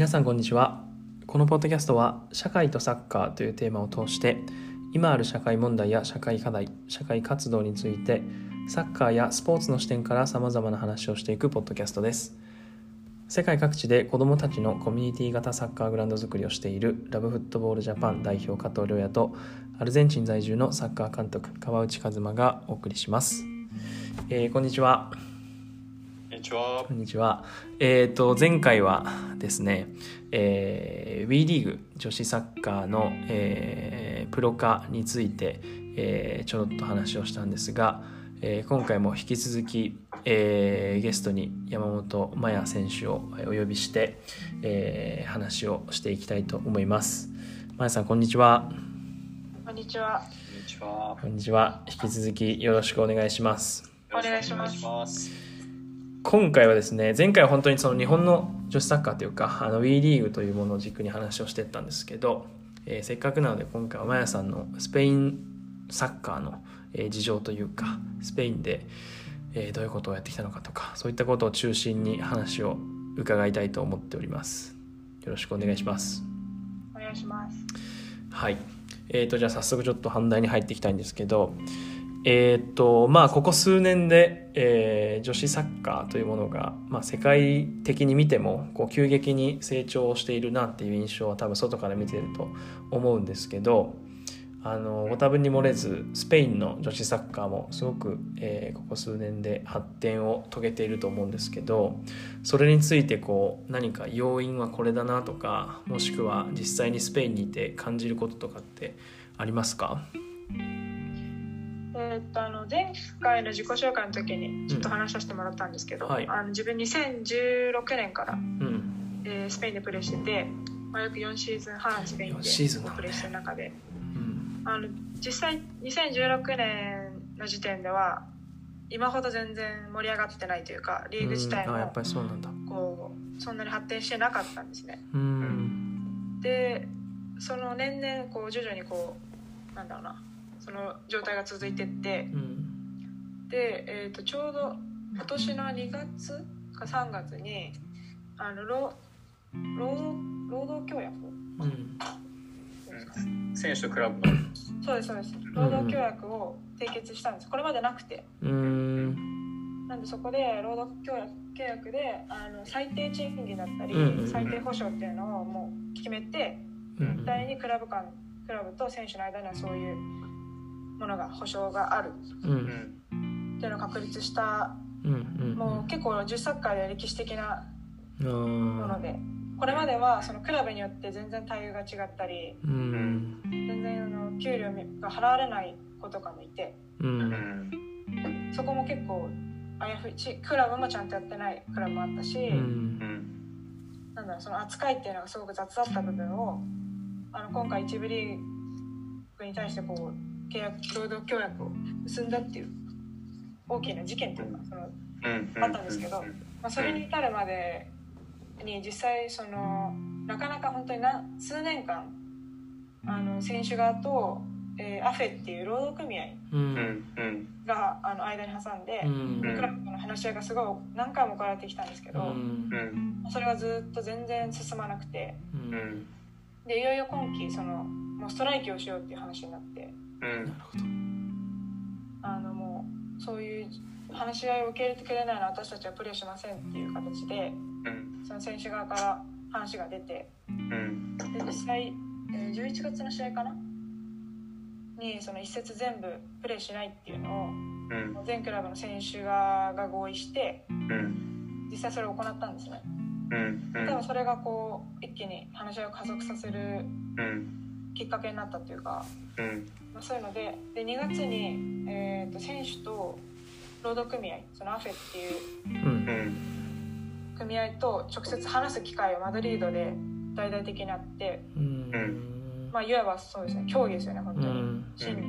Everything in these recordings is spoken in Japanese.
皆さんこんにちは。このポッドキャストは社会とサッカーというテーマを通して今ある社会問題や社会課題、社会活動についてサッカーやスポーツの視点から様々な話をしていくポッドキャストです。世界各地で子どもたちのコミュニティ型サッカーグラウンド作りをしているラブフットボールジャパン代表加藤亮也とアルゼンチン在住のサッカー監督川内和馬がお送りします。こんにちは。こんにちは。前回はですね、WE リーグ女子サッカーの、プロ化について、ちょろっと話をしたんですが、今回も引き続き、ゲストに山本麻也選手をお呼びして、話をしていきたいと思います。麻也さんこんにちは。 こんにちは。 こんにちは。引き続きよろしくお願いします。 お願いします。 今回はですね、前回は本当にその日本の女子サッカーというかWE リーグというものを軸に話をしていったんですけど、せっかくなので今回は麻也さんのスペインサッカーの、事情というかスペインで、どういうことをやってきたのかとかそういったことを中心に話を伺いたいと思っております。よろしくお願いします。 お願いします。 はい。じゃあ早速ちょっと本題に入っていきたいんですけど、ここ数年で、女子サッカーというものが、世界的に見てもこう急激に成長しているなっていう印象は多分外から見てると思うんですけど、ご多分に漏れずスペインの女子サッカーもすごく、ここ数年で発展を遂げていると思うんですけど、それについてこう何か要因はこれだなとか、もしくは実際にスペインにいて感じることとかってありますか？ 前回の自己紹介の時にちょっと話させてもらったんですけど、自分2016年から、スペインでプレーしてて、約4シーズン半スペインでプレーしてる中で、実際2016年の時点では今ほど全然盛り上がってないというか、リーグ自体もそんなに発展してなかったんですね。でその年々こう徐々にこうその状態が続いてって、で、ちょうど今年の2月か3月に労働協約、 選手とクラブのそうです労働協約を締結したんです。これまでなくて、なんでそこで労働契約で最低賃金だったり、最低保障っていうのをもう決めて、絶対にクラブと選手の間にはそういうものが保障があるっていうのを確立した、もう結構女子サッカーで歴史的なもので、これまではそのクラブによって全然待遇が違ったり、全然給料が払われない子とかもいて、そこも結構あやふいし、クラブもちゃんとやってないクラブもあったし、その扱いっていうのがすごく雑だった部分を今回一部リーグに対してこう労働協約を結んだっていう大きな事件というかあったんですけど、それに至るまでに実際なかなか本当に数年間選手側と、アフェっていう労働組合が間に挟んで、クラブとの話し合いがすごい何回も行われてきたんですけど、それがずっと全然進まなくて、でいよいよ今季もうストライキをしようっていう話になって、 なるほど。 もうそういう話し合いを受け入れてくれないのは私たちはプレーしませんっていう形で、その選手側から話が出て、で実際、11月の試合かなにその一節全部プレーしないっていうのを、全クラブの選手側が合意して、実際それを行ったんですね。多分それがこう一気に話し合いを加速させるきっかけになったというか、そういうので2月に、選手と労働組合、そのアフェっていう組合と直接話す機会をマドリードで大々的にあって、いわばそうですね、競技ですよね本当に。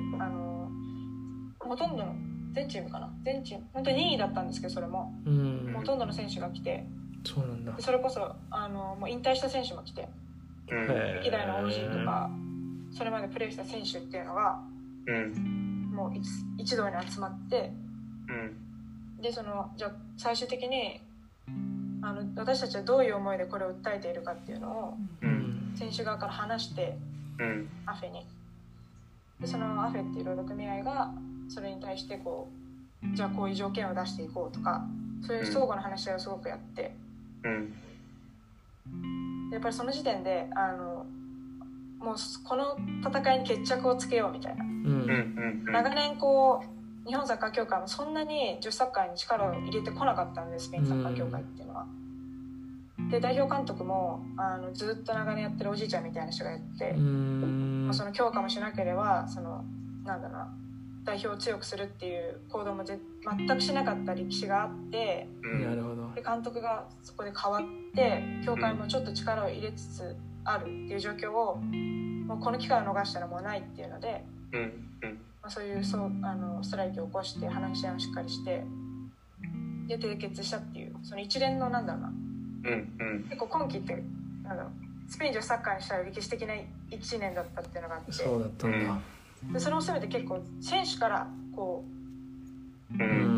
ほとんどの全チーム本当に任意だったんですけど、それもほとんどの選手が来て、 そうなんだ。 それこそもう引退した選手も来て、歴代の OG とかそれまでプレーした選手っていうのが、もう一堂に集まって、でじゃあ最終的に私たちはどういう思いでこれを訴えているかっていうのを選手側から話して、アフェにでそのアフェっていう労働組合がそれに対してこうじゃあこういう条件を出していこうとかそういう相互の話し合いをすごくやって、やっぱりその時点でもうこの戦いに決着をつけようみたいな、長年こう日本サッカー協会もそんなに女子サッカーに力を入れてこなかったんです、スペインサッカー協会っていうのは。で代表監督もずっと長年やってるおじいちゃんみたいな人がやって、その強化もしなければなんだろうな、代表を強くするっていう行動も全くしなかった歴史があって、 なるほど。 で監督がそこで変わって協会もちょっと力を入れつつあるっていう状況をもうこの機会を逃したらもうないっていうので、そういうストライキを起こして話し合いをしっかりしてで締結したっていうその一連のなんだろうな、結構今季ってスペイン女子サッカーにしたら歴史的な1年だったっていうのがあって、 そうだったんだ。 でそれも全て結構選手からこう、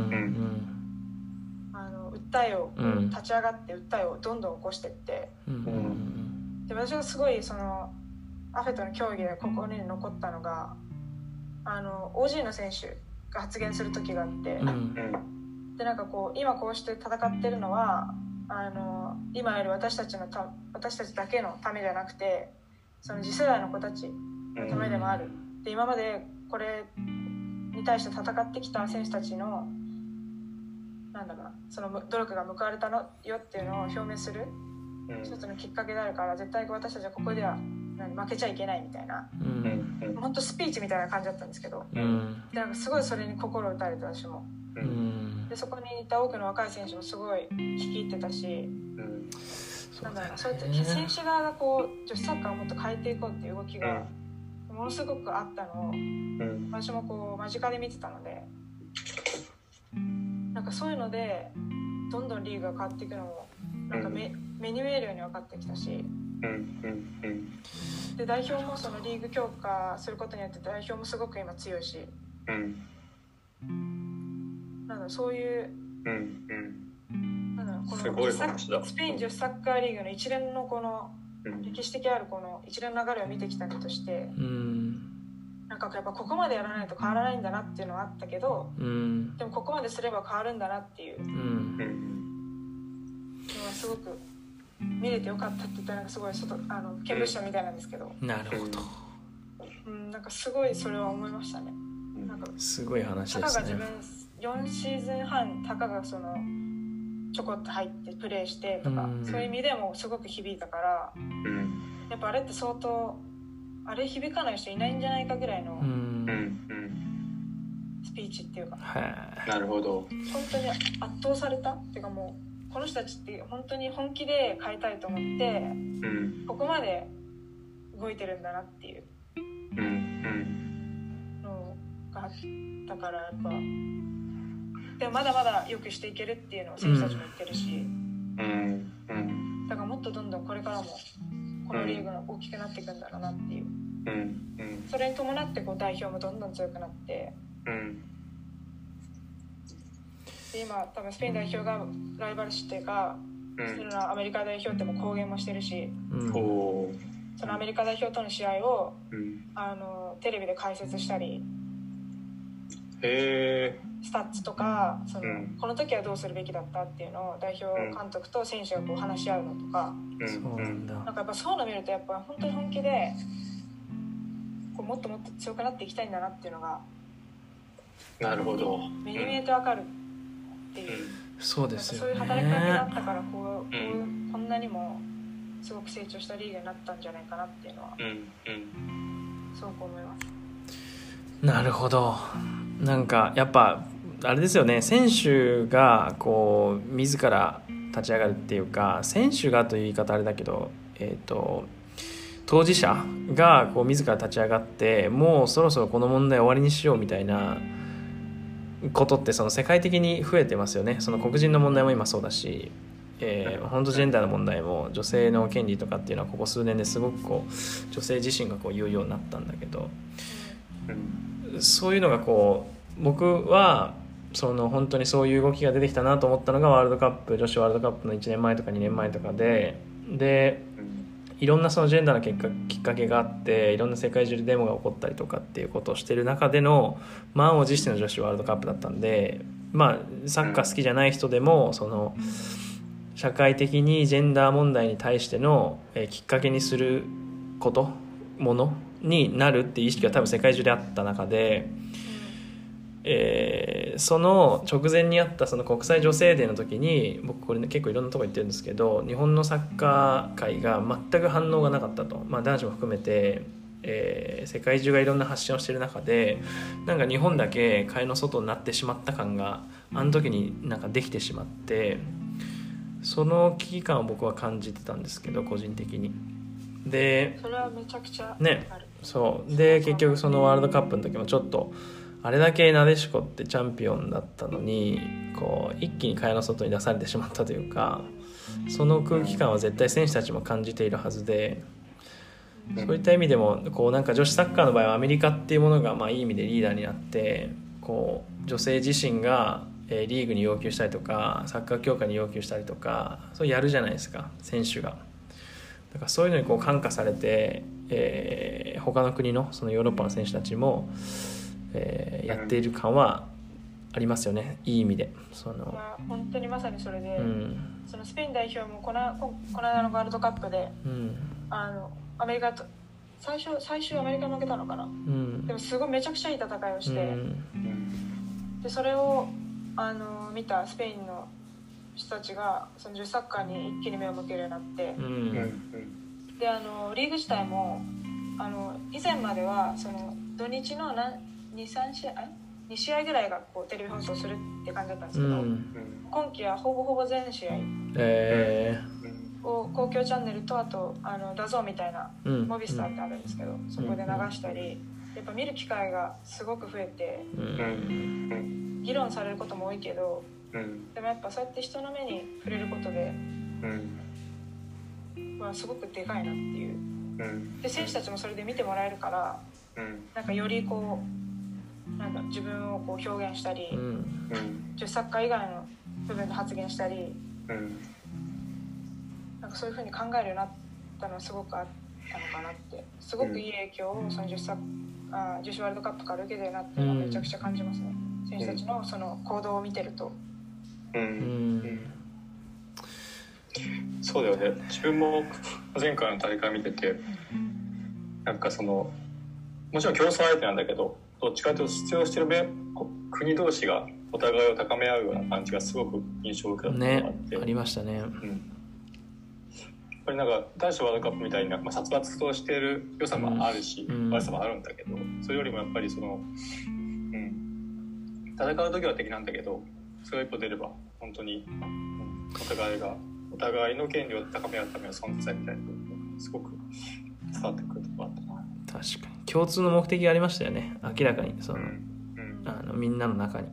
訴えを立ち上がって訴えをどんどん起こしていって、で私がすごいアフェとの競技で心に残ったのがOG の選手が発言する時があって、でなんかこう今こうして戦ってるのは今より私たちだけのためじゃなくてその次世代の子たちのためでもある、で今までこれに対して戦ってきた選手たちのなんだろうな、その努力が報われたのよっていうのを表明する一つのきっかけであるから、絶対私たちはここでは負けちゃいけないみたいな、本当スピーチみたいな感じだったんですけど、でなんかすごいそれに心打たれて私も、でそこにいた多くの若い選手もすごい聞き入ってたし、なんだろうな、そうやって選手側がこう女子サッカーをもっと変えていこうっていう動きがものすごくあったのを、私もこう間近で見てたので、なんかそういうのでどんどんリーグが変わっていくのもなんか目に見えるように分かってきたし、で代表もそのリーグ強化することによって代表もすごく今強いし、なんだそういう、なんだろう、このスペイン女子サッカーリーグの一連のこの歴史的あるこの一連の流れを見てきたりとして、なんかやっぱここまでやらないと変わらないんだなっていうのはあったけど、でもここまですれば変わるんだなっていうのはすごく見れてよかったって言ったらなんかすごい見物したみたいなんですけど、 なるほど、 なんかすごいそれは思いましたね。なんかすごい話ですね。 タカが自分4シーズン半タカがちょこっと入ってプレーしてとか、そういう意味でもすごく響いたから、やっぱあれって相当あれ響かない人いないんじゃないかぐらいのスピーチっていうか、 なるほど、 本当に圧倒されたっていうか、もうこの人たちって本当に本気で変えたいと思って、ここまで動いてるんだなっていうのがあったから、やっぱでもまだまだ良くしていけるっていうのを選手たちも言ってるし、だからもっとどんどんこれからもこのリーグが大きくなっていくんだろうなっていう、それに伴ってこう代表もどんどん強くなって、で今多分スペイン代表がライバル視っていうか、アメリカ代表っても公言もしてるし、そのアメリカ代表との試合を、テレビで解説したり、スタッツとかこの時はどうするべきだったっていうのを代表監督と選手がこう話し合うのとか、なんかやっぱそういうのを見るとやっぱ本当に本気でこうもっともっと強くなっていきたいんだなっていうのが、 なるほど、 目に見えてわかるっていう、 そうですよね。 そういう働きかけがあったからこんなにもすごく成長したリーグになったんじゃないかなっていうのはすごく思います。 なるほど。なんかやっぱあれですよね、選手がこう自ら立ち上がるっていうか、選手がという言い方あれだけど、当事者がこう自ら立ち上がってもうそろそろこの問題終わりにしようみたいなことって世界的に増えてますよね。その黒人の問題も今そうだし、本当ジェンダーの問題も女性の権利とかっていうのはここ数年ですごくこう女性自身がこう言うようになったんだけど、そういうのがこう僕はその本当にそういう動きが出てきたなと思ったのがワールドカップ、女子ワールドカップの1年前とか2年前とかでいろんなそのジェンダーのきっかけがあって、いろんな世界中でデモが起こったりとかっていうことをしている中での満を持しての女子ワールドカップだったんで、まあサッカー好きじゃない人でもその社会的にジェンダー問題に対してのきっかけにするものになるっていう意識が多分世界中であった中で、その直前にあったその国際女性デーの時に僕これ、ね、結構いろんなとこ言ってるんですけど、日本のサッカー界が全く反応がなかったと、まあ、男子も含めて、世界中がいろんな発信をしている中でなんか日本だけ替えの外になってしまった感があの時になんかできてしまって、その危機感を僕は感じてたんですけど個人的に。でそれはめちゃくちゃね、そうで結局そのワールドカップの時もちょっとあれだけなでしこってチャンピオンだったのにこう一気に蚊帳の外に出されてしまったというか、その空気感は絶対選手たちも感じているはずで、そういった意味でもこうなんか女子サッカーの場合はアメリカっていうものがまあいい意味でリーダーになって、こう女性自身がリーグに要求したりとかサッカー協会に要求したりとかそうやるじゃないですか、選手が。だからそういうのにこう感化されて、他の国のそのヨーロッパの選手たちも、やっている感はありますよね、いい意味で。その、 まあ、本当にまさにそれで、そのスペイン代表もこの間のワールドカップで、アメリカと最終アメリカに負けたのかな、でもすごいめちゃくちゃいい戦いをして、でそれを見たスペインの人たちがその女子サッカーに一気に目を向けるようになって、でリーグ自体も以前まではその土日の2試合ぐらいがこうテレビ放送するって感じだったんですけど、今季はほぼ全試合を公共チャンネルとあとダゾーンみたいなモビスターってあるんですけど、そこで流したりやっぱ見る機会がすごく増えて、議論されることも多いけど、でもやっぱそうやって人の目に触れることで、まあ、すごくでかいなっていう、で選手たちもそれで見てもらえるから、なんかよりこうなんか自分をこう表現したり、女子サッカー以外の部分で発言したり、なんかそういう風に考えるようになったのはすごくあったのかなって、すごくいい影響をその女子ワールドカップから受けてるなっていうのはめちゃくちゃ感じますね、選手たちのその行動を見てると。 そうだよね。自分も前回の大会見てて、なんかそのもちろん競争相手なんだけど、どっちかというと出場してる国同士がお互いを高め合うような感じがすごく印象を受けたのがあって、 ありましたね。 やっぱりなんか男子ワールドカップみたいな、殺伐としている良さもあるし、悪さもあるんだけど、それよりもやっぱりその、戦う時は敵なんだけど、それを一歩出れば本当に、お互いの権利を高め合うための存在みたいなのがすごく伝わってくるところあったな。 確かに共通の目的がありましたよね、明らかにその、みんなの中に。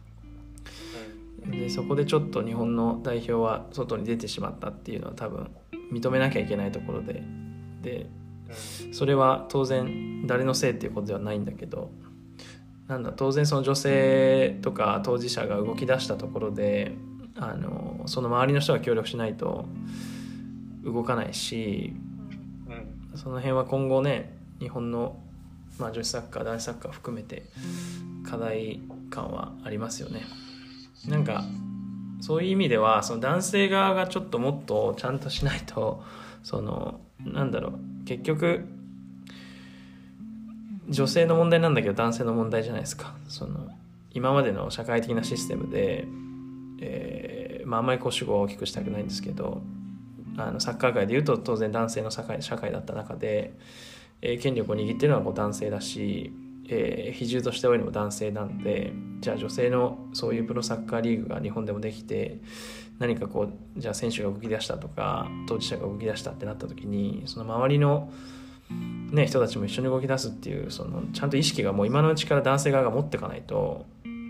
でそこでちょっと日本の代表は外に出てしまったっていうのは多分認めなきゃいけないところで、それは当然誰のせいっていうことではないんだけど、当然その女性とか当事者が動き出したところでその周りの人が協力しないと動かないし、その辺は今後ね、日本の、女子サッカー男子サッカー含めて課題感はありますよね。なんかそういう意味ではその男性側がちょっともっとちゃんとしないと、その結局女性の問題なんだけど男性の問題じゃないですか。その今までの社会的なシステムで、あんまり主語を大きくしたくないんですけど、サッカー界でいうと当然男性の社会だった中で、権力を握っているのは男性だし、比重として多いのも男性なんで、じゃあ女性のそういうプロサッカーリーグが日本でもできて、何かじゃあ選手が動き出したとか当事者が動き出したってなった時に、その周りの人たちも一緒に動き出すっていう、そのちゃんと意識がもう今のうちから男性側が持っていかないと、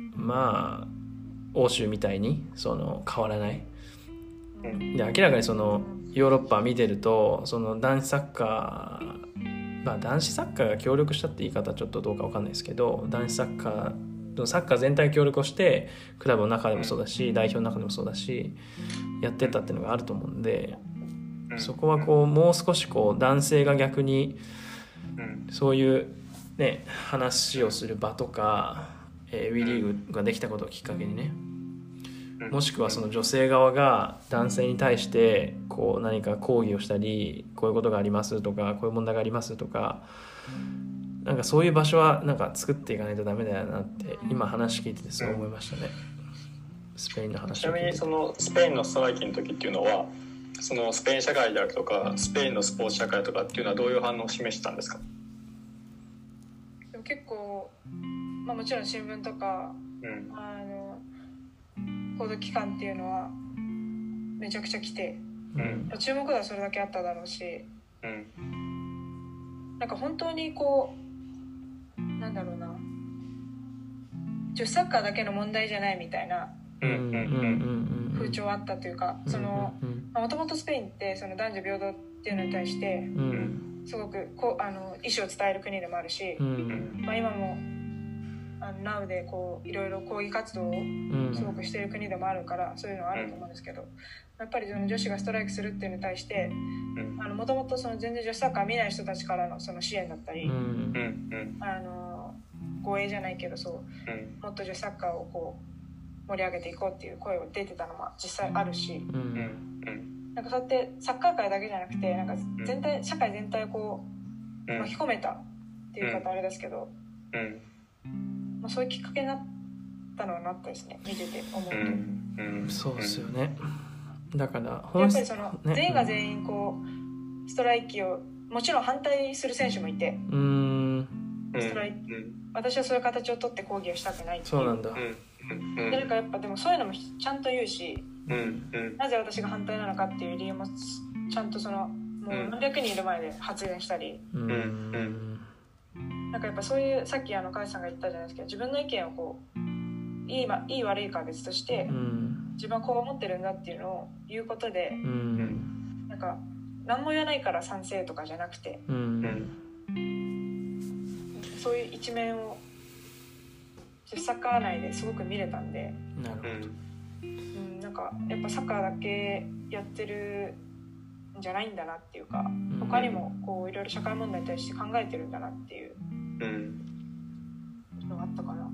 欧州みたいにその変わらない。で明らかにそのヨーロッパ見てると、その男子サッカーが協力したって言い方はちょっとどうか分かんないですけど、男子サッカーサッカー全体協力をしてクラブの中でもそうだし代表の中でもそうだしやってたっていうのがあると思うんで、そこはこうもう少しこう男性が逆にそういうね話をする場とか、WE リーグができたことをきっかけにね、もしくはその女性側が男性に対してこう何か抗議をしたり、こういうことがありますとかこういう問題がありますとか、なんかそういう場所はなんか作っていかないとダメだよなって今話聞いててすごい思いましたね。スペインの話を聞いてて。 ちなみにそのスペインのストライキの時っていうのは、そのスペイン社会であるとかスペインのスポーツ社会とかっていうのはどういう反応を示したんですか？ でも結構、もちろん新聞とか、報道機関っていうのはめちゃくちゃ来て、注目度はそれだけあっただろうし、なんか本当にこうなんだろうな、女子サッカーだけの問題じゃないみたいな風潮はあったというか、そのもともとスペインってその男女平等っていうのに対してすごくこう意思を伝える国でもあるし、今もNOW でこういろいろ抗議活動をすごくしている国でもあるから、そういうのはあると思うんですけど、やっぱりその女子がストライクするっていうのに対してもともと全然女子サッカー見ない人たちからのその支援だったり、護衛じゃないけどもっと女子サッカーをこう盛り上げていこうっていう声が出てたのも実際あるし、なんかそうやってサッカー界だけじゃなくてなんか全体社会全体をこう巻き込めたっていう方あれですけど、そういうきっかけになったのはなったですね、見てて思うと。 そうですよね。だからやっぱりその全員が全員こうストライキをもちろん反対する選手もいて、ストライキ、私はそういう形を取って抗議をしたくないっていう。 そうなんだ。 でなんかやっぱでもそういうのもちゃんと言うし、なぜ私が反対なのかっていう理由もちゃんとそのもう何百人いる前で発言したり、なんかやっぱそういうさっき川内さんが言ったじゃないですけど、自分の意見をこういい悪いかは別として、自分はこう思ってるんだっていうのを言うことで、なんか何も言わないから賛成とかじゃなくて、そういう一面を女子サッカー内ですごく見れたんで、 なるほど。 なんかやっぱサッカーだけやってるんじゃないんだなっていうか、他にもこういろいろ社会問題に対して考えてるんだなっていうのがあったかな。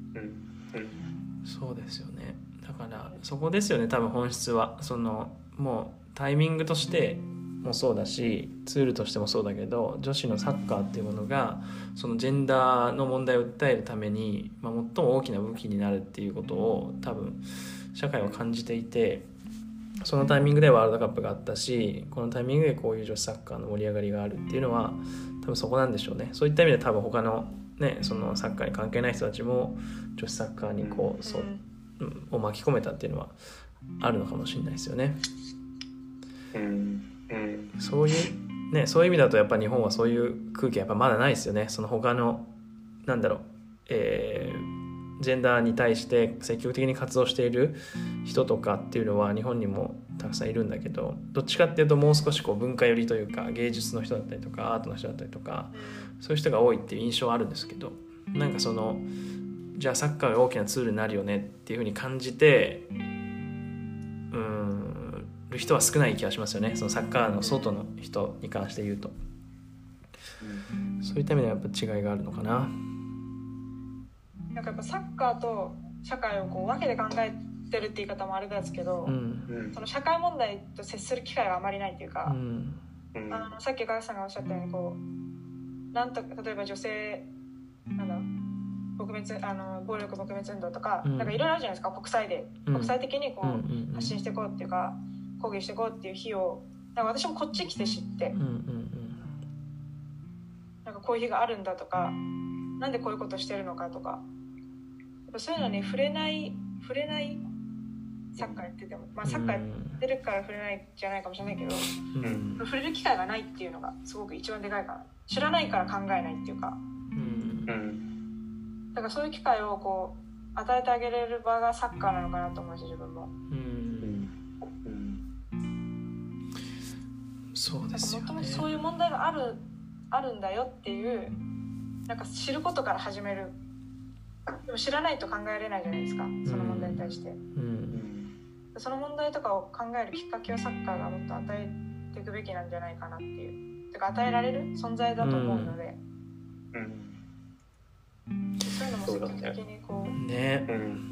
そうですよね。だからそこですよね、多分本質は。そのもうタイミングとしてもそうだしツールとしてもそうだけど、女子のサッカーっていうものがそのジェンダーの問題を訴えるために、最も大きな武器になるっていうことを多分社会は感じていて、そのタイミングでワールドカップがあったし、このタイミングでこういう女子サッカーの盛り上がりがあるっていうのは多分そこなんでしょうね。そういった意味で多分他のね、そのサッカーに関係ない人たちも女子サッカーにこうを巻き込めたっていうのはあるのかもしれないですよね。そういうね、そういう意味だとやっぱ日本はそういう空気はやっぱまだないですよね。その他のなんだろう、ジェンダーに対して積極的に活動している人とかっていうのは日本にもたくさんいるんだけど、どっちかっていうともう少しこう文化寄りというか芸術の人だったりとかアートの人だったりとか、そういう人が多いっていう印象はあるんですけど、なんかそのじゃあサッカーが大きなツールになるよねっていうふうに感じてる人は少ない気がしますよね。そのサッカーの外の人に関して言うと、そういった意味ではやっぱ違いがあるのかな。 なんかやっぱサッカーと社会をこう分けて考えてるって言い方もあれですけど、その社会問題と接する機会があまりないっていうか、さっき加賀さんがおっしゃったようにこうなんと例えば女性撲滅暴力撲滅運動とか、なんかいろいろあるじゃないですか。国際的にこう、発信していこうっていうか抗議していこうっていう日をなんか私もこっち来て知って、なんかこういう日があるんだとか、なんでこういうことしてるのかとか、やっぱそういうのに触れないサッカーやってても、サッカーやってるから触れないじゃないかもしれないけど、触れる機会がないっていうのがすごく一番でかいかな。知らないから考えないっていうか、だからそういう機会をこう与えてあげれる場がサッカーなのかなと思うし、自分も。 そうですよね。 もともとそういう問題があるんだよっていうなんか知ることから始めるでも知らないと考えられないじゃないですか、その問題に対して、その問題とかを考えるきっかけをサッカーがもっと与えていくべきなんじゃないかなっていう、てか与えられる存在だと思うので、そういうのも積極的にこうね、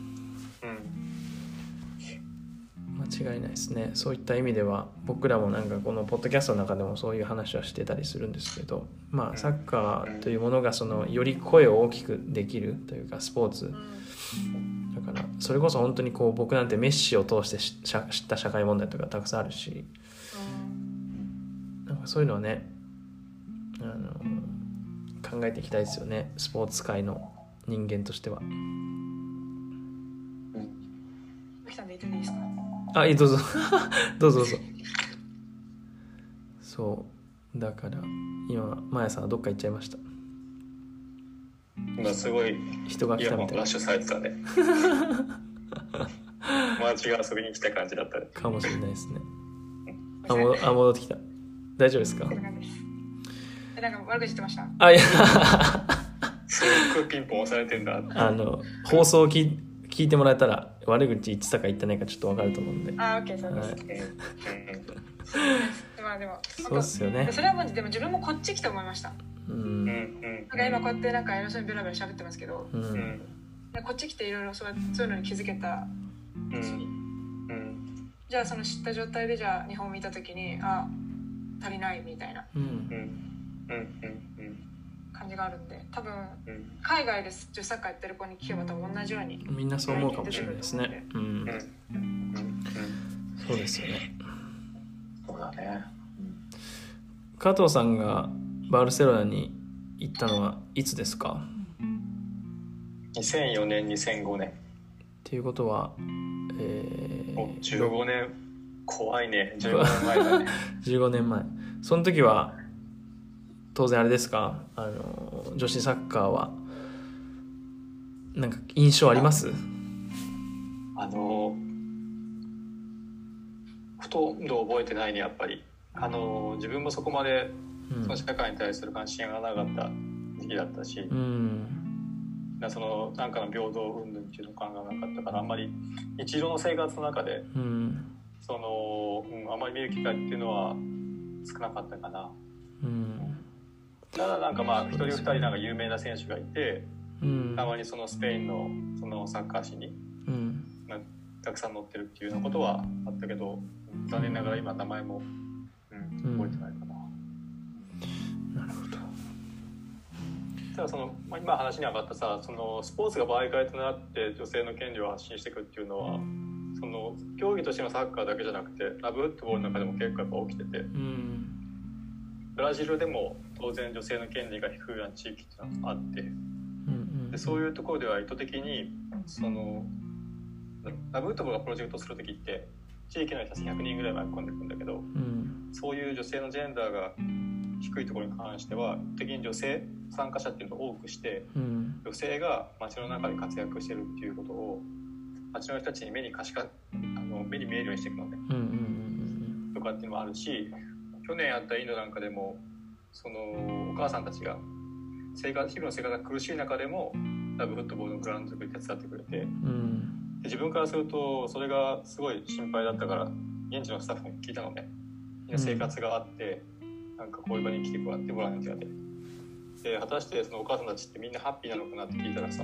間違いないですね。そういった意味では僕らもなんかこのポッドキャストの中でもそういう話はしてたりするんですけど、まあサッカーというものがそのより声を大きくできるというかスポーツだから、それこそ本当にこう僕なんてメッシを通して知った社会問題とかたくさんあるし、なんかそういうのはね考えていきたいですよね、スポーツ界の人間としては。 さんで言っていいですか？ あ、いい、どうぞどうぞ。そうだから今マヤさんはどっか行っちゃいました。 今すごい人が来たみたいな、 ラッシュされてたね友達が遊びに来た感じだったね。 かもしれないですね。戻ってきた。大丈夫ですか？ なんか悪口言ってました？ あ、いやすごくピンポン押されてんだ。 放送を聞いてもらえたら悪口言ってたか言ってないかちょっと分かると思うんで。 あ、OK、そうです。まあでもそうっすよね。 それはもうでも自分もこっち来て思いました。なんか今こうやってなんか偉そうにベラベラ喋ってますけど、こっち来ていろいろそういうのに気づけたし、じゃあその知った状態でじゃあ日本を見た時に足りないみたいな感じがあるんで、多分海外で女子サッカーやってる子に聞けば多分同じようにみんなそう思うかもしれないですね。そうですよね。 そうだね。 加藤さんがバルセロナに行ったのはいつですか ？2004年2005年っていうことは、 15年怖いね。15年前だね 15年前。その時は当然あれですか、女子サッカーはなんか印象あります？ ほとんど覚えてないね、やっぱり。自分もそこまでその社会に対する関心がなかった時期だったし、そのなんかの平等云々っていうのを考えなかったから、あんまり日常の生活の中で、あんまり見る機会っていうのは少なかったかな。ただなんかまあ一人二人なんか有名な選手がいて、たまにそのスペインのそのサッカー誌に、たくさん載ってるっていうようなことはあったけど、残念ながら今名前も、覚えてないかな。 なるほど。 ただその、今話に上がったさ、そのスポーツが媒介となって女性の権利を発信していくっていうのは、その競技としてのサッカーだけじゃなくてラブフットボールの中でも結構やっぱ起きてて、ブラジルでも当然女性の権利が低いような地域っていうのがあって、でそういうところでは意図的にそのラブフットボールがプロジェクトするときって地域の人たち100人ぐらい巻き込んでいくんだけど、そういう女性のジェンダーが低いところに関しては意図的に女性参加者っていうのを多くして、女性が街の中で活躍してるっていうことを街の人たちに目に見えるようにしていくのね、とかっていうのもあるし、去年やったインドなんかでもそのお母さんたちが日々の生活が苦しい中でもラブフットボールのグラウンド作り手伝ってくれて、で自分からするとそれがすごい心配だったから現地のスタッフに聞いたのね。みんな生活があって、なんかこういう場に来てもらってボランティアで、果たしてそのお母さんたちってみんなハッピーなのかなって聞いたらさ、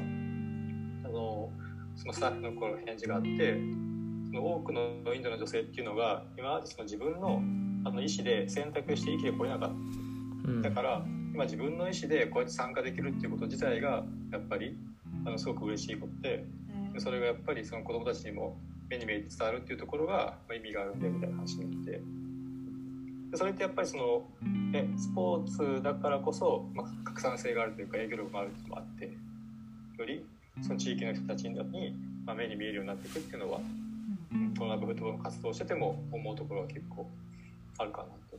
そのスタッフの頃返事があって、その多くのインドの女性っていうのが今までその自分の意思で選択して生きてこれなかった、だから今自分の意思でこうやって参加できるっていうこと自体がやっぱりすごく嬉しいことで、それがやっぱりその子供たちにも目に見えて伝わるっていうところが意味があるんだよみたいな話になって、でそれってやっぱりその、スポーツだからこそ、拡散性があるというか影響力があるっていうのもあって、よりその地域の人たちに、目に見えるようになっていくっていうのは、このラブフットボールの活動をしてても思うところは結構あるかなと。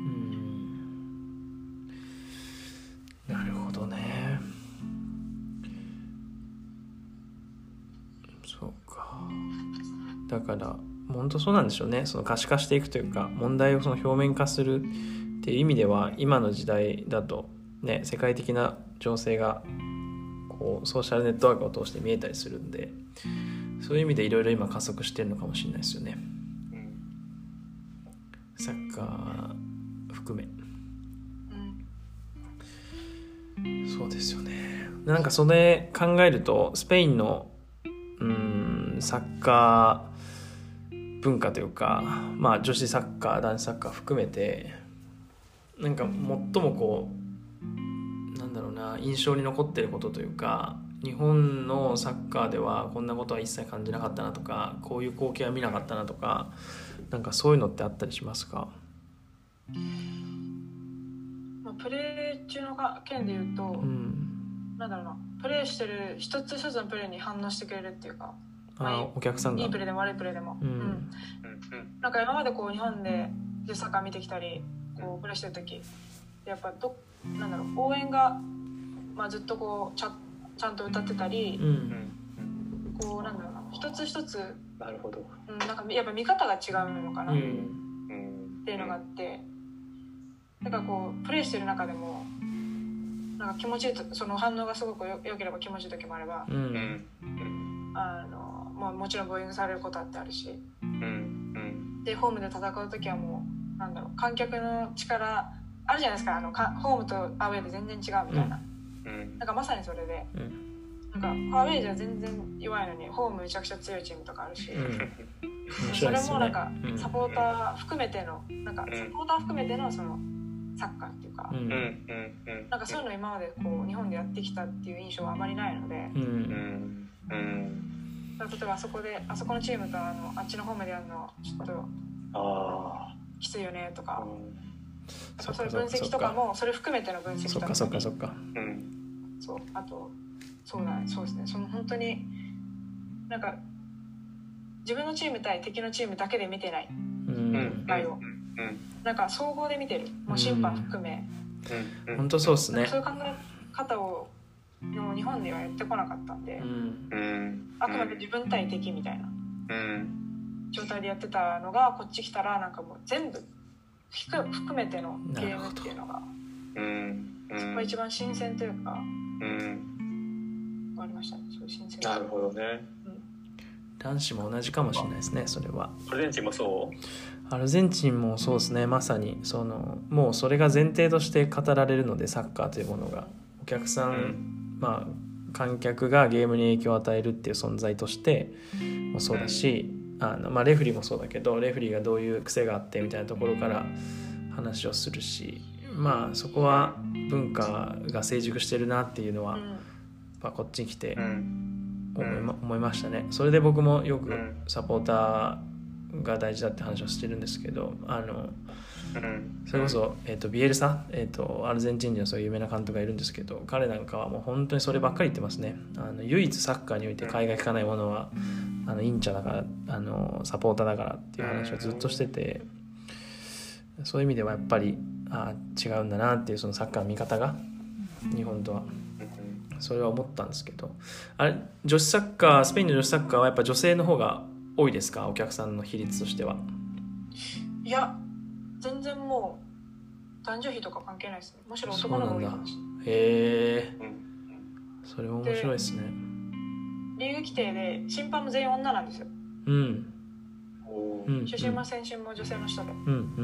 なるほどね。そうか。だから本当そうなんでしょうね。その可視化していくというか、問題をその表面化するっていう意味では、今の時代だとね、世界的な情勢がここうソーシャルネットワークを通して見えたりするんで、そういう意味でいろいろ今加速してるのかもしれないですよね、サッカー含め、そうですよね。なんかそれ考えるとスペインのサッカー文化というか、まあ女子サッカー男子サッカー含めてなんか最もこうなんだろうな、印象に残ってることというか、日本のサッカーではこんなことは一切感じなかったなとか、こういう光景は見なかったなとか、なんかそういうのってあったりしますか？ プレー中の件で言うと、なんだろうな、プレーしてる一つ一つのプレーに反応してくれるっていうか、 お客さんがいいプレーでも悪いプレーでも、なんか今までこう日本でサッカー見てきたりこうプレーしてる時、やっぱなんだろう、応援が、ずっとこうちゃんと歌ってたり、こうなんだろうな、一つ一つ、 なるほど、 なんかやっぱ見方が違うのかな、っていうのがあって、だからこうプレーしてる中でもなんか気持ちいいと、その反応がすごく良ければ気持ちいい時もあれば、もちろんブーイングされることってあるし、でホームで戦う時はもうなんだろう、観客の力あるじゃないですか、ホームとアウェーで全然違うみたいな、なんかまさにそれで、なんかアウェーじゃ全然弱いのにホームめちゃくちゃ強いチームとかあるし、それもなんかサポーター含めての、なんかサポーター含めてのそのサッカーっていうか、なんかそういうのを今までこう日本でやってきたっていう印象はあまりないので、例えばあそこのチームとあっちのホームでやるのちょっときついよねとか、そういう分析とかもそれ含めての分析とか、そう、あとそうですね、その本当になんか自分のチーム対敵のチームだけで見てない場合を、なんか総合で見てる、もう審判含め、 本当そうですね。 そういう考え方をもう日本ではやってこなかったんで、あくまで自分対敵みたいな状態でやってたのが、こっち来たらなんかもう全部含めてのゲームっていうのが、そこが一番新鮮というか、ありましたね、そういう新鮮さ。 なるほどね。 男子も同じかもしれないですね、それは。 アルゼンチンもそう？ アルゼンチンもそうですね、まさにもうそれが前提として語られるので、サッカーというものがお客さん、観客がゲームに影響を与えるっていう存在としてもそうだし、レフェリーもそうだけど、レフェリーがどういう癖があってみたいなところから話をするし、そこは文化が成熟してるなっていうのは、こっちに来て思いましたね。それで僕もよくサポーターが大事だって話をしてるんですけど、それこそ、ビエルサ、アルゼンチン人のそういう有名な監督がいるんですけど、彼なんかはもう本当にそればっかり言ってますね。唯一サッカーにおいて替えが利かないものはインチャだから、サポーターだからっていう話をずっとしてて、そういう意味ではやっぱり違うんだなっていう、そのサッカーの見方が日本とは、それは思ったんですけど、女子サッカー、スペインの女子サッカーはやっぱ女性の方が多いですか、お客さんの比率としては？ いや、全然もう男女比とか関係ないですね。むしろ男の方が多いかもしれない。 へえ、それは面白いですね。 リーグ規定で審判も全員女なんですよ。主審も選手も女性の人で、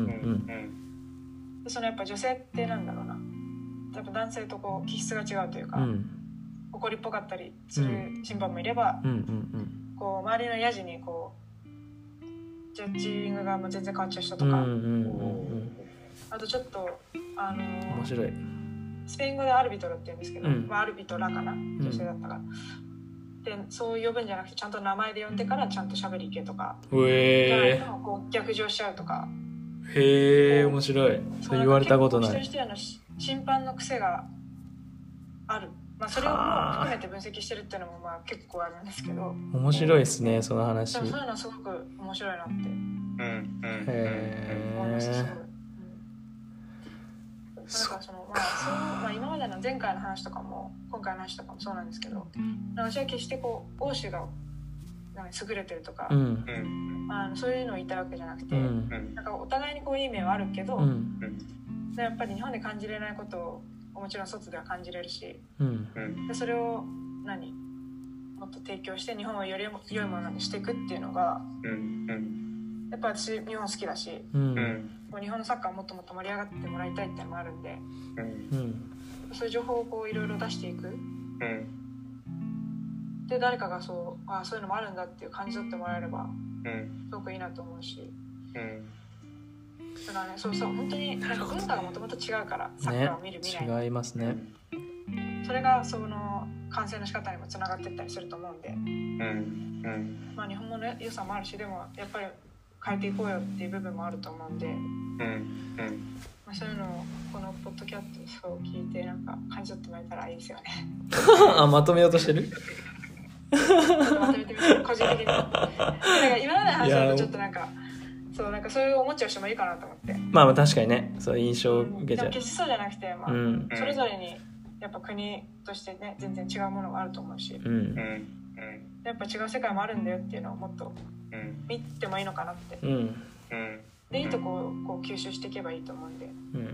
でそのやっぱ女性ってなんだろうな、やっぱ男性とこう気質が違うというか、怒りっぽかったりする審判もいれば、こう周りのヤジにこうジャッジングがもう全然変わっちゃう人とか、あとちょっと面白い、 スペイン語でアルビトロって言うんですけど、アルビトラかな、女性だったから、でそう呼ぶんじゃなくてちゃんと名前で呼んでからちゃんと喋り行けとか、じゃないとこう逆上しちゃうとか。 へえ、面白い。そう言われたことない。 一人一人の審判の癖がある、それをも含めて分析してるっていうのも結構あるんですけど、 面白いですね、その話。 でもそういうのはすごく面白いなって思います。すごい。なんか今までの前回の話とかも今回の話とかもそうなんですけど、私は決してこう欧州が優れてるとか、そういうのを言いたいわけじゃなくて、なんかお互いにこういい面はあるけど、やっぱり日本で感じれないことをもちろん外では感じれるし、でそれをもっと提供して日本をより良いものにしていくっていうのが、やっぱ私日本好きだし、日本のサッカーもっともっと盛り上がってもらいたいっていうのもあるんで、そういう情報をこういろいろ出していく、で誰かがそういうのもあるんだっていう感じ取ってもらえれば、すごくいいなと思うし、だからね、そう本当になんか文化がもともと違うからサッカーを見る見ない、 違いますね。 それがその観戦の仕方にもつながっていったりすると思うんで、まあ日本の良さもあるし、でもやっぱり変えていこうよっていう部分もあると思うんで、まあ、そういうのをこのポッドキャストを聞いてなんか感じ取ってもらえたらいいですよね。 あ、まとめようとしてる？ まとめてみて個人的に。なんか今までの話だとちょっとなんかそういう思っちゃう人もいいかなと思って。 まあ確かにね、そういう印象を受けちゃう。 でも決してそうじゃなくて、まあそれぞれにやっぱ国としてね全然違うものがあると思うし、やっぱ違う世界もあるんだよっていうのをもっと見てもいいのかなって、でいいとこをこう吸収していけばいいと思うんで、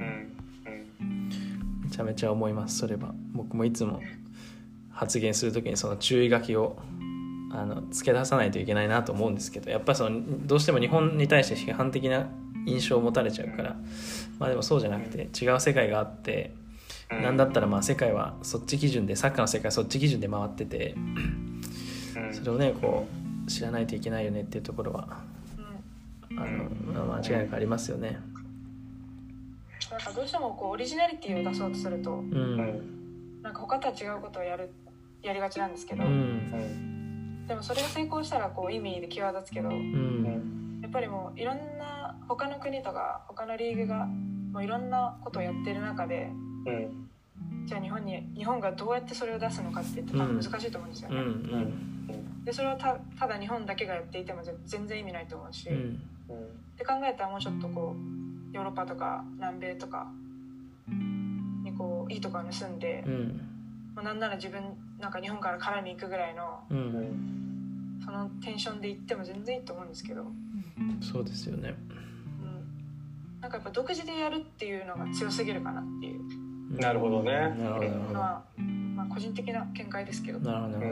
めちゃめちゃ思います。それは僕もいつも発言するときにその注意書きを付け出さないといけないなと思うんですけど、やっぱりどうしても日本に対して批判的な印象を持たれちゃうから、まあでもそうじゃなくて違う世界があって、なんだったらまあ世界はそっち基準で、サッカーの世界はそっち基準で回ってて、それをねこう知らないといけないよねっていうところは間違いなくありますよね。 なんかどうしてもこうオリジナリティを出そうとすると、なんか他とは違うことをやりがちなんですけど、でもそれが成功したらこう意味で際立つけど、やっぱりもういろんな他の国とか他のリーグがもういろんなことをやってる中で、じゃあ日本がどうやってそれを出すのかって言って多分難しいと思うんですよね。でそれはただ日本だけがやっていても全然意味ないと思うし、って考えたらもうちょっとこうヨーロッパとか南米とかにこういいところを盗んで、なんなら自分なんか日本から絡みに行くぐらいの、そのテンションで行っても全然いいと思うんですけど、 そうですよね。 なんかやっぱ独自でやるっていうのが強すぎるかなっていう。 なるほどね。 まあ個人的な見解ですけど。 なるほど。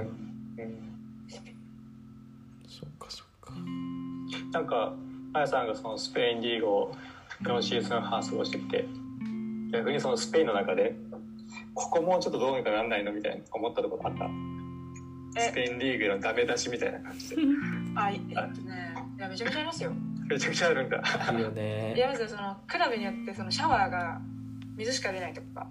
そっか。 なんかあやさんがそのスペインリーグを4シーズン半過ごしてきて、逆にそのスペインの中でここもうちょっとどうにかなんないのみたいな思ったところあった？スペインリーグのダメ出しみたいな感じで。いやめちゃくちゃありますよ。 めちゃくちゃあるんだ。 いいよね。 いやまずそのクラブによってそのシャワーが水しか出ないとか。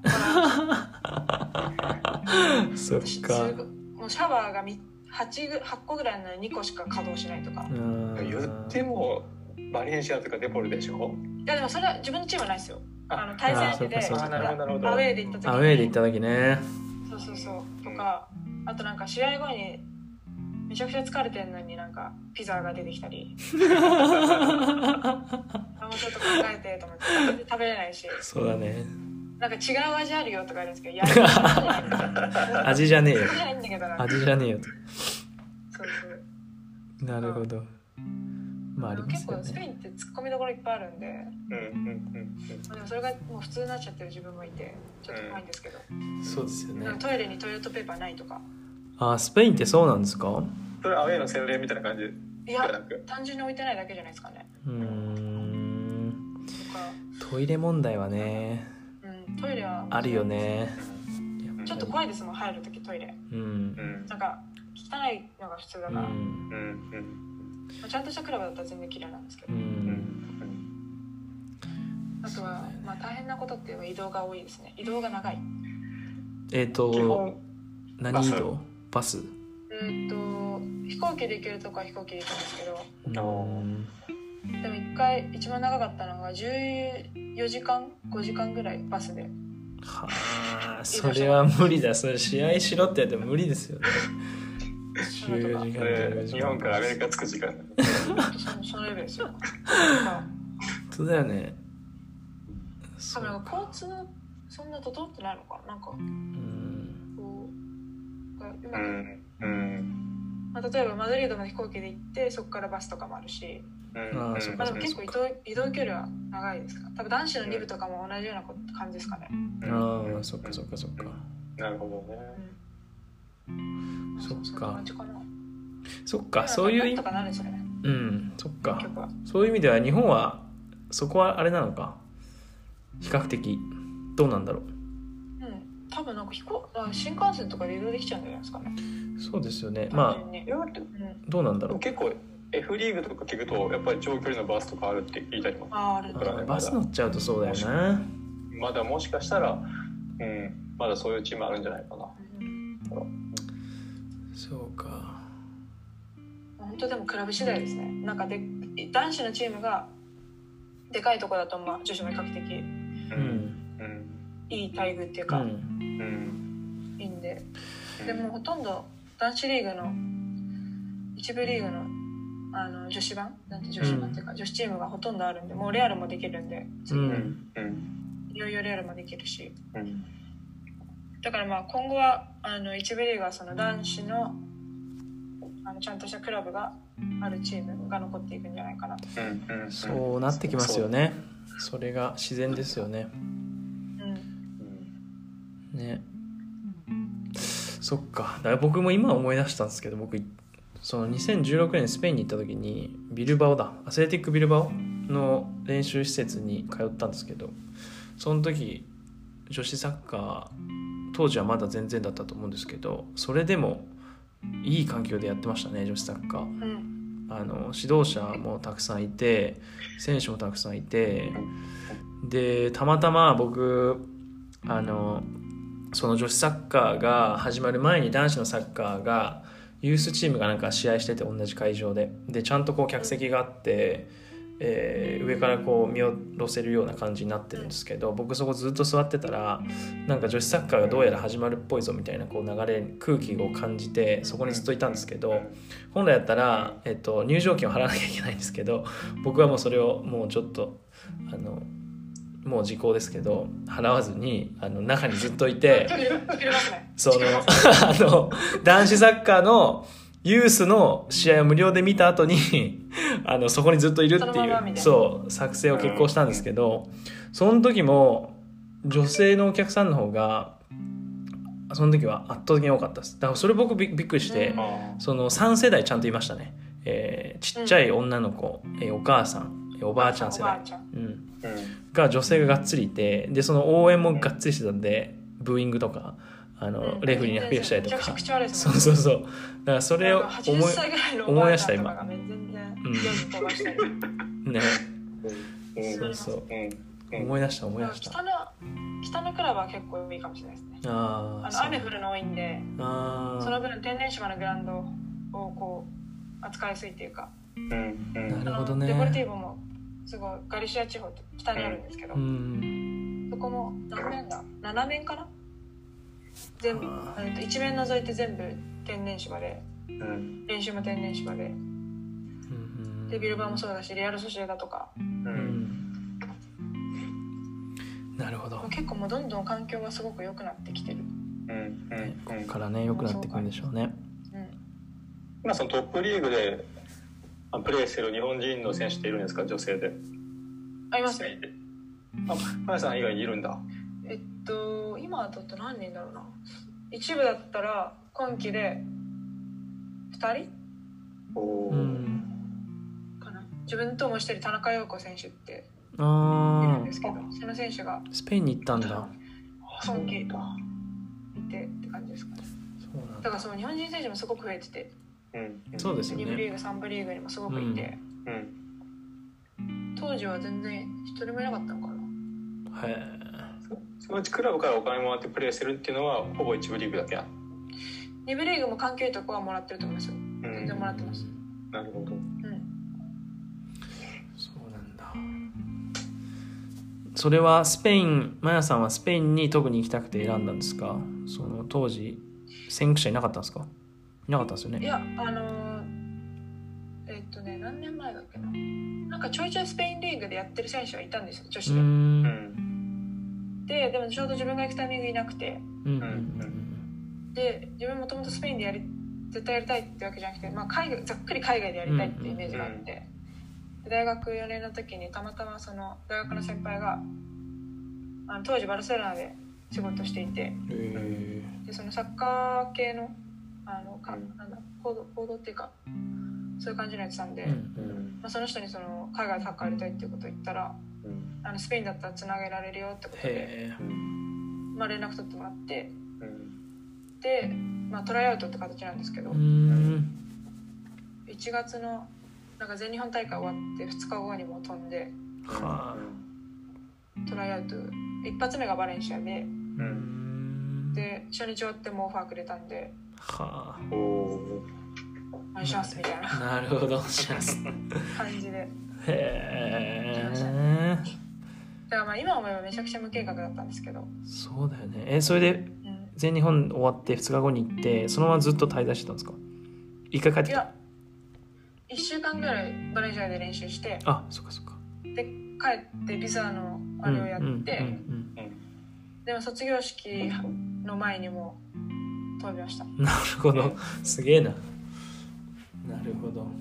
そっか。 もうシャワーが8個ぐらいなのに2個しか稼働しないとか。 言ってもバレンシアとかデポルでしょ。 いやでもそれは自分のチームはないですよ。対戦相手でアウェーで行った時に。 アウェーで行った時ね。 そうとか、あとなんか試合後にめちゃくちゃ疲れてるのになんかピザが出てきたり。もうちょっと考えてと思って食べれないし。 そうだね。 なんか違う味あるよとか言うんですけど、いや味じゃねえよ。 味じゃねえよと。そうなるほど。まあありますよね。 結構スペインって突っ込みどころいっぱいあるんで、でもそれがもう普通になっちゃってる自分もいてちょっと怖いんですけど。 そうですよね。 トイレにトイレットペーパーないとか。 スペインってそうなんですか？ それアウェーの洗礼みたいな感じ？ いや単純に置いてないだけじゃないですかね。 トイレ問題はね。 トイレはあるよね。 ちょっと怖いですもん入るときトイレ。なんか汚いのが普通だから。ちゃんとしたクラブだったら全然綺麗なんですけど。あとはまあ大変なことっていうのは移動が多いですね。移動が長い。 何移動？バス？ 飛行機で行けるとこは飛行機で行くんですけど。でも一番長かったのが14時間5時間ぐらいバスで。 はあ、それは無理だ。それ試合しろってやっても無理ですよね。14時間日本からアメリカ着く時間そのレベルですよ。 本当だよね。 多分なんか交通そんな整ってないのかなんかこううまく、例えばマドリードの飛行機で行ってそこからバスとかもあるし、でも結構移動距離は長いですか。多分男子の2部とかも同じような感じですかね。 そっか。 なるほどね。 そっかそそっか、そういうとかなるんですよね。 うん、そっか。そういう意味では日本はそこはあれなのか、比較的どうなんだろう。 多分なんか新幹線とかで移動できちゃうんじゃないですかね。 そうですよね。まあ、どうなんだろう。 結構 F リーグとか聞くとやっぱり長距離のバスとかあるって聞いたりもあるからね。 バス乗っちゃうとそうだよな。 まだもしかしたら、まだそういうチームあるんじゃないかな。 そうか。 本当でもクラブ次第ですね。なんか男子のチームがでかいところだと、まあ、女子も比較的いい待遇っていうか、いいんで、でもほとんど男子リーグの一部リーグの女子版なんて女子版っていうか、女子チームがほとんどあるんで、もうレアルもできるんで、いよいよレアルもできるし、だからまあ今後は一部リーグはその男子のちゃんとしたクラブがあるチームが残っていくんじゃないかなと。 そうなってきますよね。それが自然ですよね。ね。そっか。だから僕も今思い出したんですけど、僕その2016年スペインに行った時にアスレティックビルバオの練習施設に通ったんですけど、その時女子サッカー当時はまだ全然だったと思うんですけど、それでもいい環境でやってましたね、女子サッカー。指導者もたくさんいて、選手もたくさんいて、でたまたま僕その女子サッカーが始まる前に男子のサッカーがユースチームがなんか試合してて、同じ会場でちゃんとこう客席があって、上からこう見下ろせるような感じになってるんですけど、僕そこずっと座ってたら、なんか女子サッカーがどうやら始まるっぽいぞみたいなこう空気を感じて、そこにずっといたんですけど、本来だったら、入場券を払わなきゃいけないんですけど、僕はもうそれをもうちょっともう時効ですけど払わずに中にずっといてその男子サッカーのユースの試合を無料で見た後にそこにずっといるっていうそう作戦を決行したんですけど、その時も女性のお客さんの方がその時は圧倒的に多かったです。だからそれ僕びっくりして、その3世代ちゃんといましたね。ちっちゃい女の子、お母さん、おばあちゃん世代、が女性ががっつりいて、でその応援もがっつりしてたんで、ブーイングとかレフェリーにアピールしたりとか、そうそうそう、だからそれを思い出した今。ね、そうそう、思い出した。 北のクラブは結構いいかもしれないですね。雨降るの多いんで、その分天然芝のグラウンドをこう扱いやすいっていうか、 なるほどね。 デポルティーボもすごいガリシア地方って北にあるんですけど、そこも何面だ7面かな、全部一面除いて全部天然芝で、練習も天然芝で、でビルバーもそうだし、レアルソシエダとか、 なるほど。 結構もうどんどん環境がすごく良くなってきてる。 ここからね良くなってくるんでしょうね。 今そのトップリーグでプレーしてる日本人の選手っているんですか、女性で。 いますね。 マヤさん以外にいるんだ。 今だと何人だろうな。一部だったら今季で2人かな。自分ともしてる田中陽子選手っているんですけど、その選手がスペインに行ったんだ。 今季いてって感じですかね。だからその日本人選手もすごく増えてて、 そうですよね。 2部リーグ3部リーグにもすごくいて、当時は全然一人もいなかったのかな。 へえ。そのうちクラブからお金もらってプレーしてるっていうのはほぼ1部リーグだけや。 2部リーグも関係とかはもらってると思いますよ。全然もらってます。 なるほど。 そうなんだ。それはスペイン、マヤさんはスペインに特に行きたくて選んだんですか？その当時先駆者いなかったんですか？いなかったんですよね。 いや、何年前だっけな。なんかちょいちょいスペインリーグでやってる選手はいたんですよ、女子で。でもちょうど自分が行くタイミングいなくて、で自分もともとスペインで絶対やりたいってわけじゃなくて、まあ、ざっくり海外でやりたいってイメージがあって、で大学4年の時にたまたまその大学の先輩が当時バルセロナで仕事していて、でそのサッカー系のなんだ行動っていうかそういう感じのやつなんで、その人にその海外サッカーやりたいっていうことを言ったら、スペインだったらつなげられるよってことで、連絡取ってもらって、で、トライアウトって形なんですけど、1月のなんか全日本大会終わって2日後にもう飛んで、トライアウト一発目がバレンシアで、で初日終わってもうオファーくれたんで、お願いしますみたいな。 なるほど、します感じで。 へえ。だから今思えばめちゃくちゃ無計画だったんですけど。 そうだよね。それで全日本終わって2日後に行ってそのままずっと滞在してたんですか？一回帰ってきた？いや、 1週間ぐらいバレンシアで練習して、 そっかそっか。 で帰ってビザのあれをやって、でも卒業式の前にも飛びました。 なるほど、すげえな。なるほど。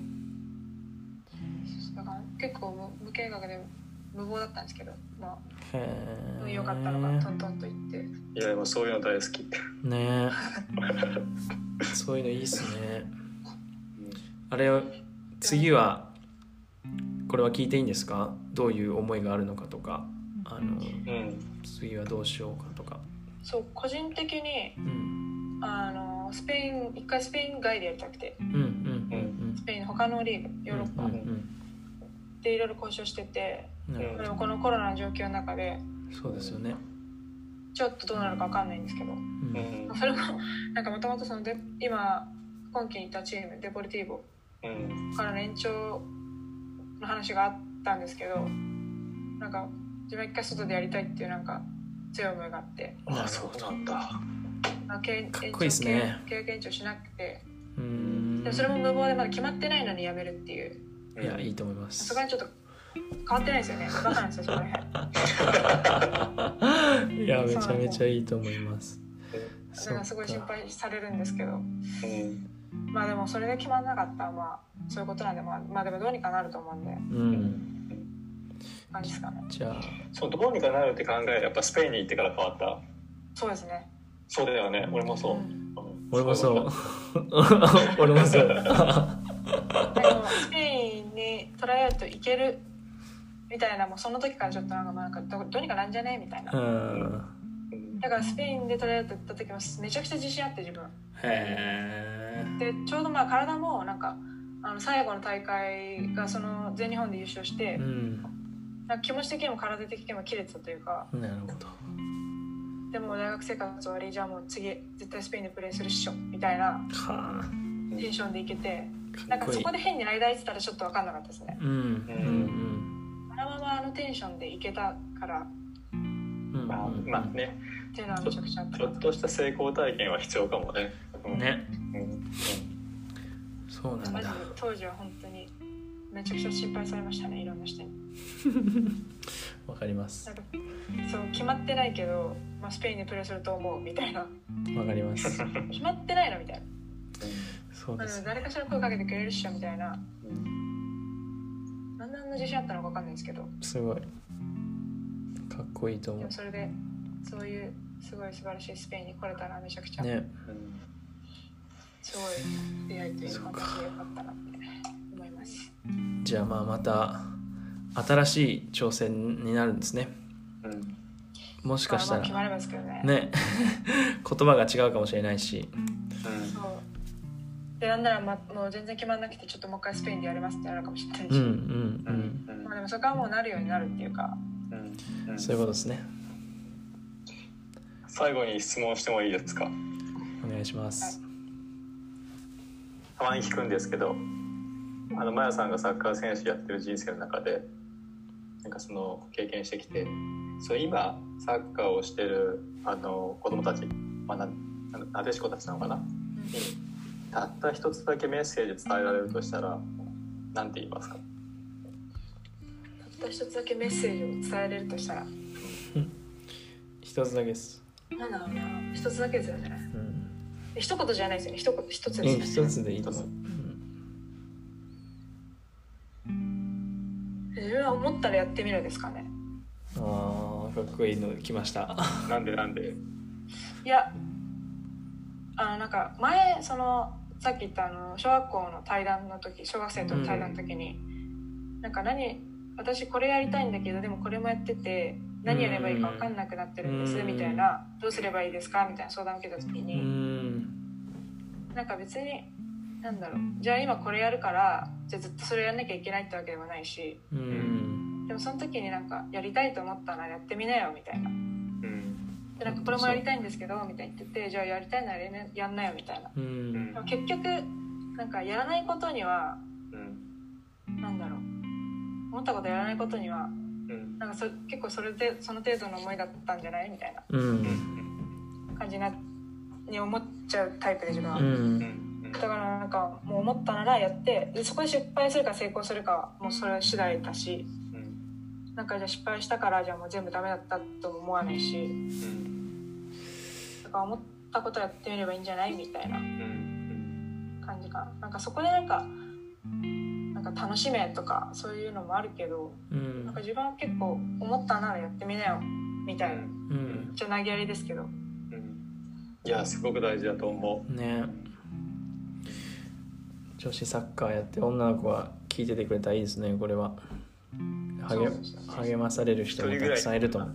だから結構無計画で無謀だったんですけど、よかったのがトントンと言って。 いやでもそういうの大好きねそういうのいいっすね。あれを次はこれは聞いていいんですか？どういう思いがあるのかとか、次はどうしようかとか。 そう個人的に、スペイン一回スペイン外でやりたくて、スペイン他のリーグヨーロッパでいろいろ交渉してて、でもこのコロナの状況の中でそうですよね、 ちょっとどうなるか分かんないんですけど、それもなんかもともと今期にいたチームデポルティーボからの延長の話があったんですけど、なんか自分は一回外でやりたいっていうなんか強い思いがあって、 そうなんだ。 かっこいいですね。 経験延長しなくて、でもそれも無謀でまだ決まってないのにやめるっていう。 いや、いいと思います。 そこはちょっと変わってないですよね。バカなんですよそこら辺。 いや、めちゃめちゃいいと思います。 だからすごい心配されるんですけど、でもそれで決まらなかったらそういうことなんで、でもどうにかなると思うんで、感じですかね。 じゃあそうどうにかなるって考えやっぱスペインに行ってから変わった。 そうですね。 そうだよね。俺もそう。 俺もそう。俺もそう。 でもスペインにトライアウト行けるみたいな、もうその時からちょっとなんかどうにかなんじゃねみたいな。だからスペインでトライアウト行った時もめちゃくちゃ自信あって自分。でちょうど体もなんか最後の大会がその全日本で優勝して、なんか気持ち的にも体的にも切れてたというか。 なるほど。 でも大学生活終わり、じゃあもう次絶対スペインでプレーするっしょみたいなテンションでいけて、なんかそこで変に間空いてたらちょっと分かんなかったですね。あのままテンションでいけたから、 ねっていうのはめちゃくちゃあった。 ちょっとした成功体験は必要かもね。 そうなんだ。 マジで当時は本当にめちゃくちゃ心配されましたね、いろんな人に。 わかります。 そう決まってないけど、スペインでプレーすると思うみたいな。 わかります。 決まってないのみたいな。 そうです。 誰かしら声かけてくれるっしょみたいな。何の自信あったのかわかんないですけど。 すごい。かっこいいと思う。 でもそれでそういうすごい素晴らしいスペインに来れたらめちゃくちゃ、すごい出会いというか私でよかったなって思います。 じゃあまた新しい挑戦になるんですね。もしかしたら決まればですけどね。 言葉が違うかもしれないし。 そうでなんならもう全然決まんなくてちょっともう一回スペインでやりますってなるかもしれないし。でもそこはもうなるようになるっていうか。 そういうことですね。 最後に質問してもいいですか？ お願いします。 たまに聞くんですけど、マヤさんがサッカー選手やってる人生の中でなんかその経験してきて、今サッカーをしてる子供たち、なでしこたちなのかな、たった一つだけメッセージ伝えられるとしたら何て言いますか？ たった一つだけメッセージを伝えれるとしたら一つだけです。 なんだろうな、一つだけですよね。一言じゃないですよね。一つですね。 一つでいいと思う。 自分は思ったらやってみるですかね。 かっこいいの来ました。 なんでいやなんか前さっき言った小学校の対談の時、小学生との対談の時に、なんか私これやりたいんだけどでもこれもやってて何やればいいか分かんなくなってるんですみたいな、どうすればいいですかみたいな相談を受けた時に、なんか別になんだろう、じゃあ今これやるからじゃあずっとそれやんなきゃいけないってわけでもないし、でもその時になんかやりたいと思ったらやってみなよみたいな、でなんかこれもやりたいんですけどみたいに言ってて、じゃあやりたいならやんなよみたいな、でも結局なんかやらないことには、なんだろう、思ったことやらないことには、なんか結構その程度の思いだったんじゃないみたいな感じに思っちゃうタイプで自分は、だからなんかもう思ったならやって、でそこで失敗するか成功するかはもうそれ次第だし、なんかじゃあ失敗したからじゃあもう全部ダメだったとも思わないし、だから思ったことやってみればいいんじゃないみたいな感じかな。なんかそこでなんか楽しめとかそういうのもあるけど、なんか自分は結構思ったならやってみなよみたいな、ちょっと投げやりですけど、 いやすごく大事だと思うね。女子サッカーやって女の子は聞いててくれたらいいですね。これは励まされる人もたくさんいると思う。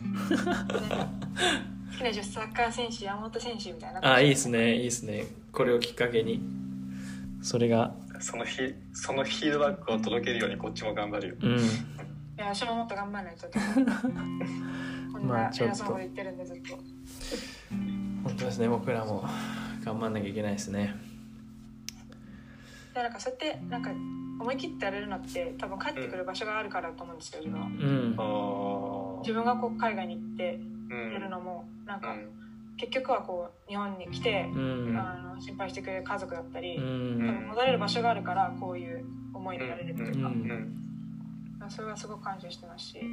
好きな女子サッカー選手、山本選手みたいな。 いいですね、いいですね。これをきっかけにそれがそのフィードバックを届けるようにこっちも頑張るよ。 いや私ももっと頑張らないと。こんな偉そうなこと言ってるんでずっと。 本当ですね、僕らも頑張んなきゃいけないですね。 でなんかそうやってなんか思い切ってやれるのって多分帰ってくる場所があるからだと思うんですけど、自分は、自分がこう海外に行ってやるのもなんか、結局はこう日本に来て、心配してくれる家族だったり、多分戻れる場所があるからこういう思いになれるというか、それはすごく感謝してますし、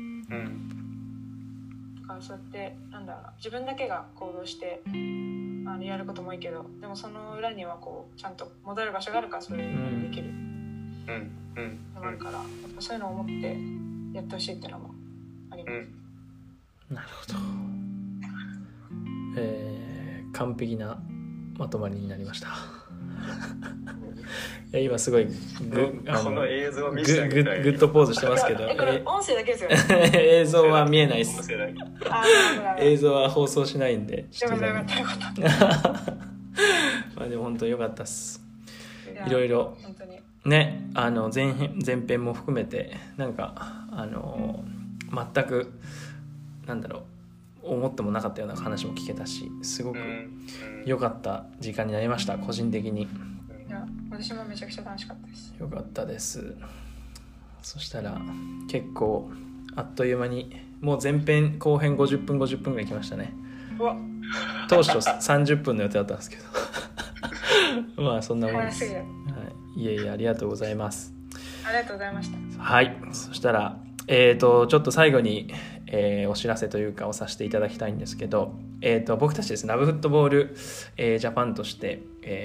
だからそうやってなんだろうな、自分だけが行動してやることもいいけど、でもその裏にはこうちゃんと戻れる場所があるからそれができるのがあるから、やっぱそういうのを思ってやってほしいっていうのもあります。 なるほど。完璧なまとまりになりました。今すごいこの映像を見せてあげたい。 グッドポーズしてますけど、 これ音声だけですよね。 映像は見えないです。映像は放送しないんで。 よかったよかったよかった。 まあでも本当良かったっす。いろいろね、前編も含めてなんか全くなんだろう、思ってもなかったような話も聞けたし、すごく良かった時間になりました。個人的に。 いや私もめちゃくちゃ楽しかったです。 良かったです。そしたら結構あっという間にもう前編後編50分ぐらい来ましたね。当初30分の予定だったんですけどまあそんなもんです。いえいえ、ありがとうございます。 ありがとうございました。 はい、そしたらちょっと最後にお知らせというかをさせていただきたいんですけど、僕たちですね、ラブフットボール、ジャパンとして、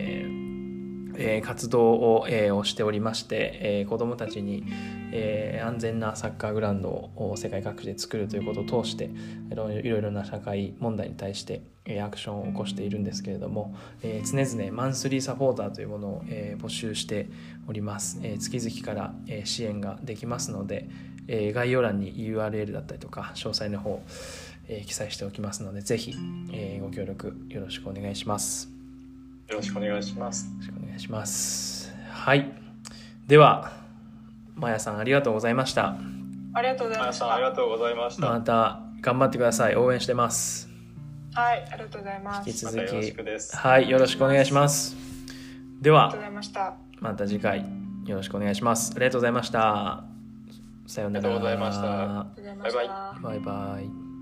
活動を、しておりまして、子どもたちに、安全なサッカーグラウンドを世界各地で作るということを通していろいろな社会問題に対して、アクションを起こしているんですけれども、常々マンスリーサポーターというものを、募集しております。月々から、支援ができますので、概要欄に URL だったりとか詳細の方、記載しておきますので、ぜひ、ご協力よろしくお願いします。 よろしくお願いします。 よろしくお願いします。はい。では、まやさんありがとうございました。 ありがとうございました。 ありがとうございました。 また頑張ってください。応援してます。 はい、ありがとうございます。 引き続き、 またよろしくです。 はい、よろしくお願いします。では、 ありがとうございました。 また次回よろしくお願いします。ありがとうございました。さようなら。 ありがとうございました。 バイバイ。 バイバイ。